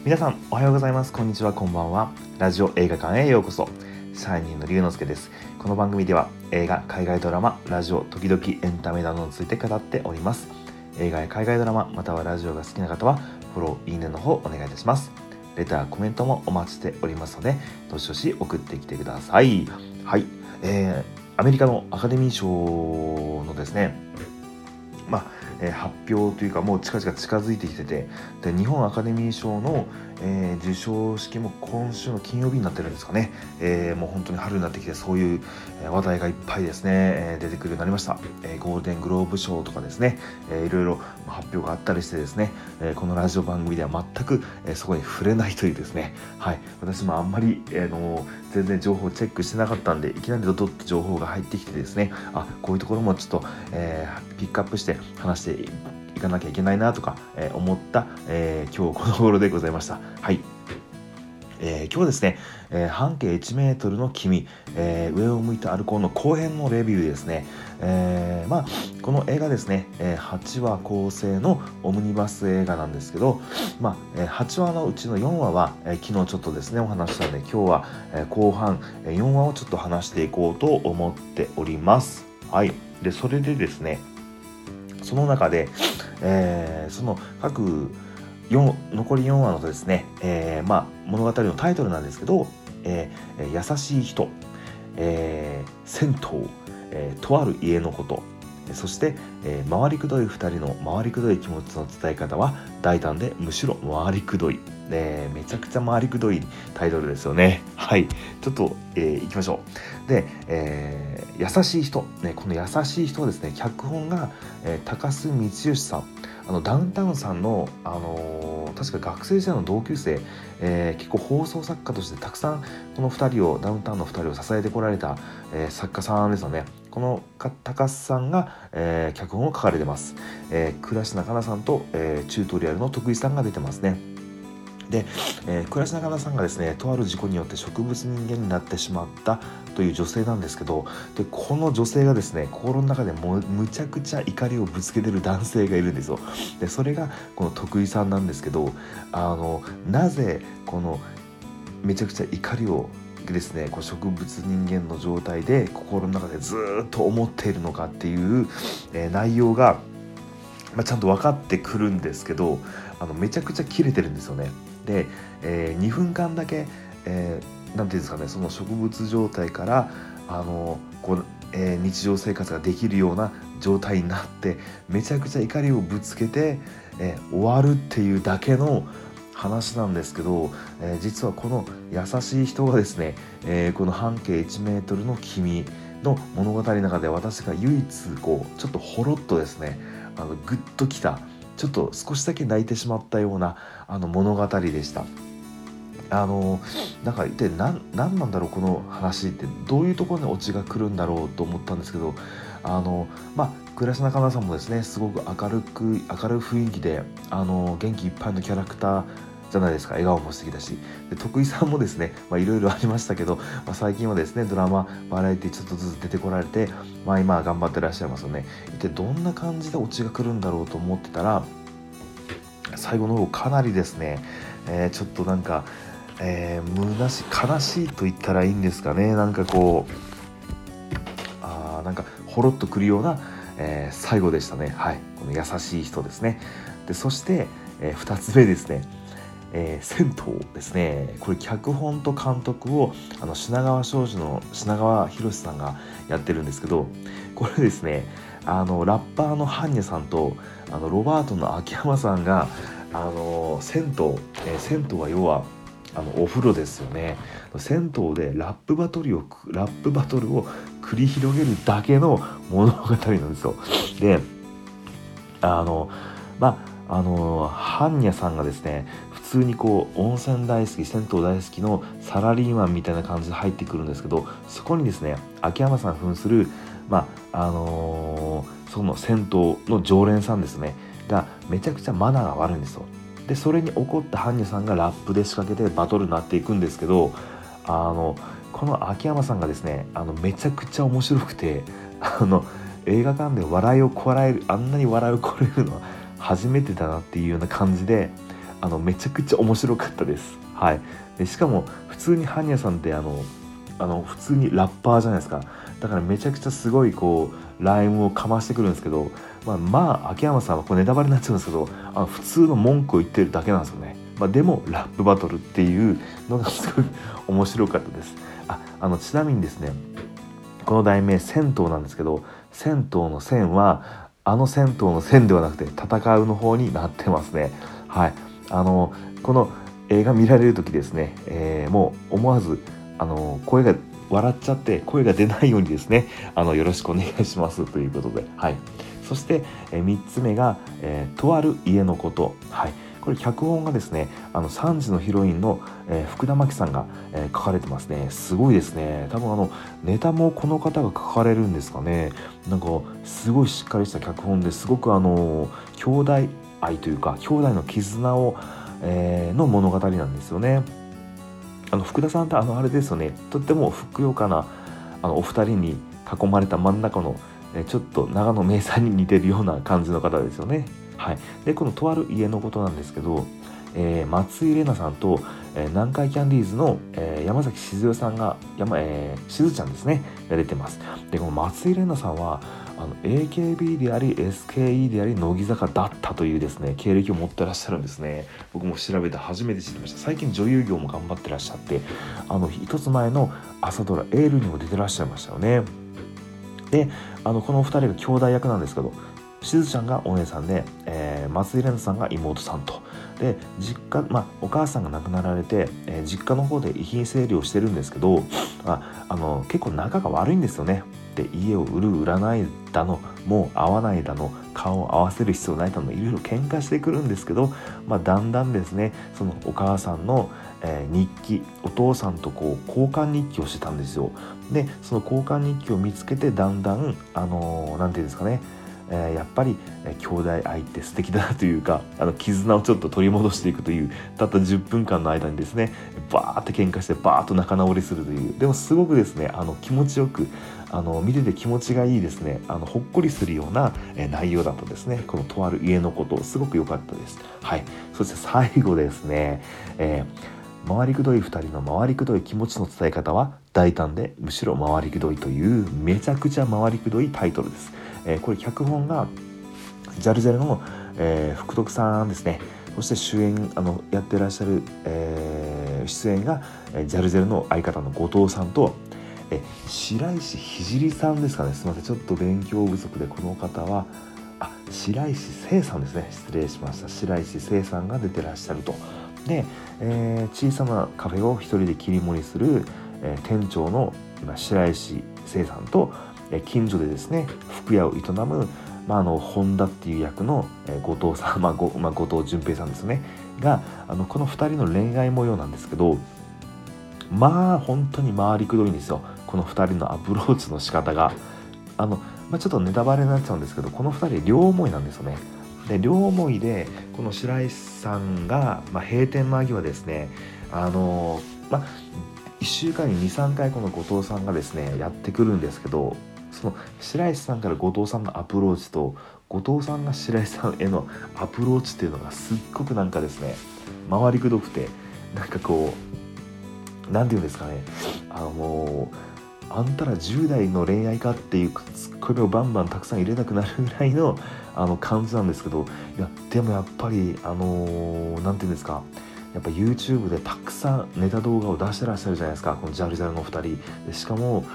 皆さんおはようございます。こんにちは、こんばんは。ラジオ映画館へようこそ。シャイニーの龍之介です。この番組では映画、海外ドラマ、ラジオ、時々エンタメなどについて語っております。映画や海外ドラマ、またはラジオが好きな方はフォロー、いいねの方お願いいたします。レター、コメントもお待ちしておりますので、どしどし送ってきてください。はい、アメリカのアカデミー賞のですね、発表というかもう近々近づいてきてて、で日本アカデミー賞の、授賞式も今週の金曜日になってるんですかね。もう本当に春になってきてそういう話題がいっぱいですね、出てくるようになりました。ゴールデングローブ賞とかですね、いろいろ発表があったりしてですね、このラジオ番組では全く、そこに触れないというですね、はい、私もあんまり、全然情報をチェックしてなかったんで、いきなりドドッと情報が入ってきてですね、こういうところもちょっと、ピックアップして話していかなきゃいけないなとか、思った、今日この頃でございました。はい、今日はですね、半径1メートルの君、上を向いて歩こうの後編のレビューですね。この映画ですね、8話構成のオムニバス映画なんですけど、8話のうちの4話は、昨日ちょっとですねお話したので、今日は、後半4話をちょっと話していこうと思っております。はい、でそれでですね、その中で、その各残り4話のですね、物語のタイトルなんですけど、優しい人、銭湯、とある家のこと、そして、回りくどい2人の回りくどい気持ちの伝え方は大胆でむしろ回りくどい、めちゃくちゃ回りくどいタイトルですよね。はい、ちょっと、いきましょう。で、優しい人、この優しい人はですね、脚本が、高須光義さん、ダウンタウンさんの、確か学生時代の同級生、結構放送作家としてたくさんこの2人をダウンタウンの2人を支えてこられた、作家さんですよね。この高須さんが、脚本を書かれてます。倉科香菜さんと、チュートリアルの徳井さんが出てますね。で、倉科香菜さんがですね、とある事故によって植物人間になってしまったという女性なんですけど、でこの女性がですね、心の中でむちゃくちゃ怒りをぶつけてる男性がいるんですよ。でそれがこの徳井さんなんですけど、なぜこのめちゃくちゃ怒りをですね、植物人間の状態で心の中でずっと思っているのかっていう、内容が、ちゃんと分かってくるんですけど、めちゃくちゃ切れてるんですよね。で、2分間だけ、なんていうんですかね、その植物状態から日常生活ができるような状態になって、めちゃくちゃ怒りをぶつけて、終わるっていうだけの話なんですけど、実はこの優しい人がですね、この半径1メートルの君の物語の中で私が唯一ちょっとほろっとですね、グッときた、ちょっと少しだけ泣いてしまったような物語でした。なんか一体何なんだろうこの話って、どういうところにオチが来るんだろうと思ったんですけど、倉科香菜さんもですね、すごく明るい雰囲気で元気いっぱいのキャラクターじゃないですか。笑顔も素敵だし、で徳井さんもですね、いろいろありましたけど、最近はですねドラマバラエティちょっとずつ出てこられて、今頑張ってらっしゃいますよね。一体どんな感じでオチが来るんだろうと思ってたら、最後の方かなりですね、ちょっとなんか虚しい悲しいと言ったらいいんですかね。なんかなんかほろっとくるような、最後でしたね。はい、この優しい人ですね。でそして、2つ目ですね、銭湯ですね。これ脚本と監督を品川庄司の品川博さんがやってるんですけど、これですね、ラッパーのハンニャさんとロバートの秋山さんが銭湯は要はお風呂ですよね。銭湯でラップバトルを繰り広げるだけの物語なんですよ。でハンニャさんがですね、普通に温泉大好き、銭湯大好きのサラリーマンみたいな感じで入ってくるんですけど、そこにですね秋山さん扮するその銭湯の常連さんですねがめちゃくちゃマナーが悪いんですよ。でそれに怒ったハンニャさんがラップで仕掛けてバトルになっていくんですけど、この秋山さんがですねめちゃくちゃ面白くて、映画館で笑いをこらえる、あんなに笑いをこらえるのは初めてだなっていうような感じで、 めちゃくちゃ面白かったです。はい。でしかも普通にハンニャさんって普通にラッパーじゃないですか。だからめちゃくちゃすごいこうライムをかましてくるんですけど、秋山さんはこれネタバレになっちゃうんですけど、普通の文句を言ってるだけなんですよね。でもラップバトルっていうのがすごい面白かったです。ちなみにですね、この題名銭湯なんですけど、銭湯の銭は銭湯の銭ではなくて戦うの方になってますね。はい。この映画見られる時ですね、もう思わず声が笑っちゃって声が出ないようにですね、よろしくお願いしますということで、はい。そして、3つ目が、とある家のこと。はい。これ脚本がですね、3時のヒロインの、福田真紀さんが、書かれてますね。すごいですね。多分ネタもこの方が書かれるんですかね。なんかすごいしっかりした脚本ですごく兄弟愛というか兄弟の絆を、の物語なんですよね。福田さんってあれですよね、とってもふくよかなお二人に囲まれた真ん中の、ちょっと長野名産に似てるような感じの方ですよね。はい。でこのとある家のことなんですけど、松井玲奈さんと、南海キャンディーズの、山崎静代さんがしずちゃんですねが出てます。でこの松井玲奈さんはAKB であり SKE であり乃木坂だったというですね経歴を持ってらっしゃるんですね。僕も調べて初めて知りました。最近女優業も頑張ってらっしゃって、一つ前の朝ドラエールにも出てらっしゃいましたよね。でこのお二人が兄弟役なんですけど、しずちゃんがお姉さんで、松井玲奈さんが妹さんと。で実家、お母さんが亡くなられて、実家の方で遺品整理をしてるんですけど、結構仲が悪いんですよね。で家を売る売らないだの、もう会わないだの、顔を合わせる必要ないだの、いろいろ喧嘩してくるんですけど、だんだんですねそのお母さんの、日記、お父さんとこう交換日記をしてたんですよ。でその交換日記を見つけてだんだんなんていうんですかね、やっぱり、兄弟愛って素敵だなというか、絆をちょっと取り戻していくという、たった10分間の間にですねバーって喧嘩してバーッと仲直りするという、でもすごくですね気持ちよく見てて気持ちがいいですね、ほっこりするような、内容だったですね。このとある家のことすごく良かったです。はい。そして最後ですね、回りくどい2人の回りくどい気持ちの伝え方は大胆でむしろ回りくどいというめちゃくちゃ回りくどいタイトルです。これ脚本がジャルジャルの、福徳さんですね。そして主演やってらっしゃる、出演がジャルジャルの相方の後藤さんと、白石聖さんですかね。すみません、ちょっと勉強不足でこの方は白石聖さんですね。失礼しました。白石聖さんが出てらっしゃると。で、小さなカフェを一人で切り盛りする、店長の白石聖さんと、近所でですね服屋を営む、本田っていう役の、後藤さん、後藤淳平さんですねがこの2人の恋愛模様なんですけど、本当に回りくどいんですよ。この2人のアプローチの仕方がちょっとネタバレになっちゃうんですけど、この2人両思いなんですよね。で両思いでこの白石さんが、閉店間際ですね1週間に 2,3 回この後藤さんがですねやってくるんですけど、その白石さんから後藤さんのアプローチと後藤さんが白石さんへのアプローチっていうのがすっごくなんかですね回りくどくて、なんかこうなんていうんですかね、もうあんたら10代の恋愛かっていうツッコミをバンバンたくさん入れたくなるぐらいの感じなんですけど、いやでもやっぱりなんていうんですか、やっぱ YouTube でたくさんネタ動画を出してらっしゃるじゃないですか、このジャルジャルのお二人で。しかも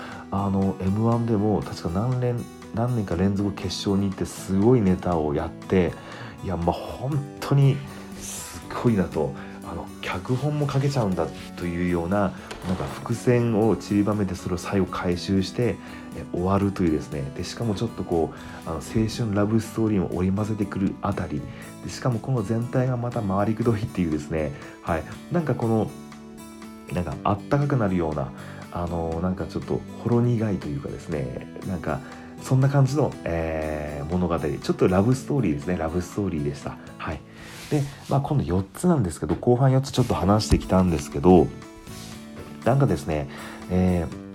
M1 でも確か何年か連続決勝に行ってすごいネタをやって、いや本当にすごいなと、脚本も書けちゃうんだというような、なんか伏線を散りばめてそれを最後回収して終わるというですね。でしかもちょっとこう青春ラブストーリーも織り交ぜてくるあたりで、しかもこの全体がまた回りくどいっていうですね、はい、なんかこのなんかあったかくなるようななんかちょっとほろ苦いというかですね、なんかそんな感じの、物語、ちょっとラブストーリーですね。ラブストーリーでした。はい。で、今度4つなんですけど、後半4つちょっと話してきたんですけど、なんかですね、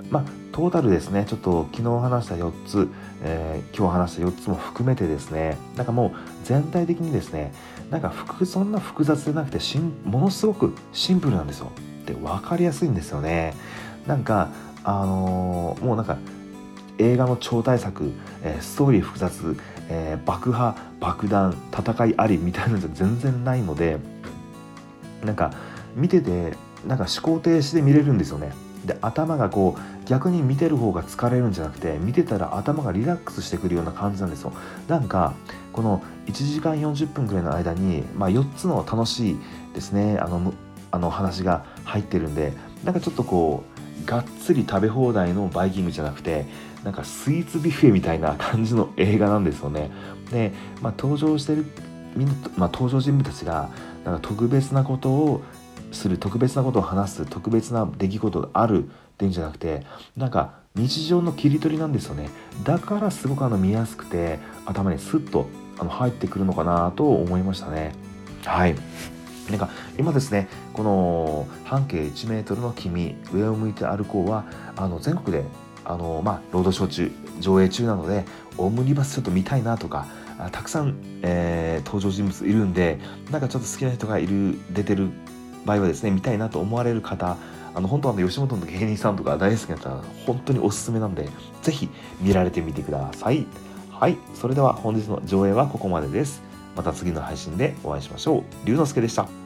トータルですね、ちょっと昨日話した4つ、今日話した4つも含めてですね、なんかもう全体的にですね、なんかそんな複雑でなくてものすごくシンプルなんですよ。で、分かりやすいんですよね。なんかもうなんか映画の超大作、ストーリー複雑、爆破爆弾戦いありみたいなのじゃ全然ないので、なんか見ててなんか思考停止で見れるんですよね。で、頭がこう逆に見てる方が疲れるんじゃなくて、見てたら頭がリラックスしてくるような感じなんですよ。なんかこの1時間40分くらいの間に、4つの楽しいですね話が入ってるんで、なんかちょっとこうがっつり食べ放題のバイキングじゃなくて、なんかスイーツビュッフェみたいな感じの映画なんですよね。で、登場してるみんな、登場人物たちがなんか特別なことを話す特別な出来事があるっていうんじゃなくて、なんか日常の切り取りなんですよね。だからすごく見やすくて頭にスッと入ってくるのかなと思いましたね。はい。なんか今ですね、この半径1メートルの君、上を向いて歩こうは全国でロードショー中上映中なので、オムニバスちょっと見たいなとか、たくさん、登場人物いるんで、なんかちょっと好きな人が出てる場合はですね、見たいなと思われる方、本当吉本の芸人さんとか大好きな方は本当におすすめなんで、ぜひ見られてみてください。はい、それでは本日の上映はここまでです。また次の配信でお会いしましょう。龍之介でした。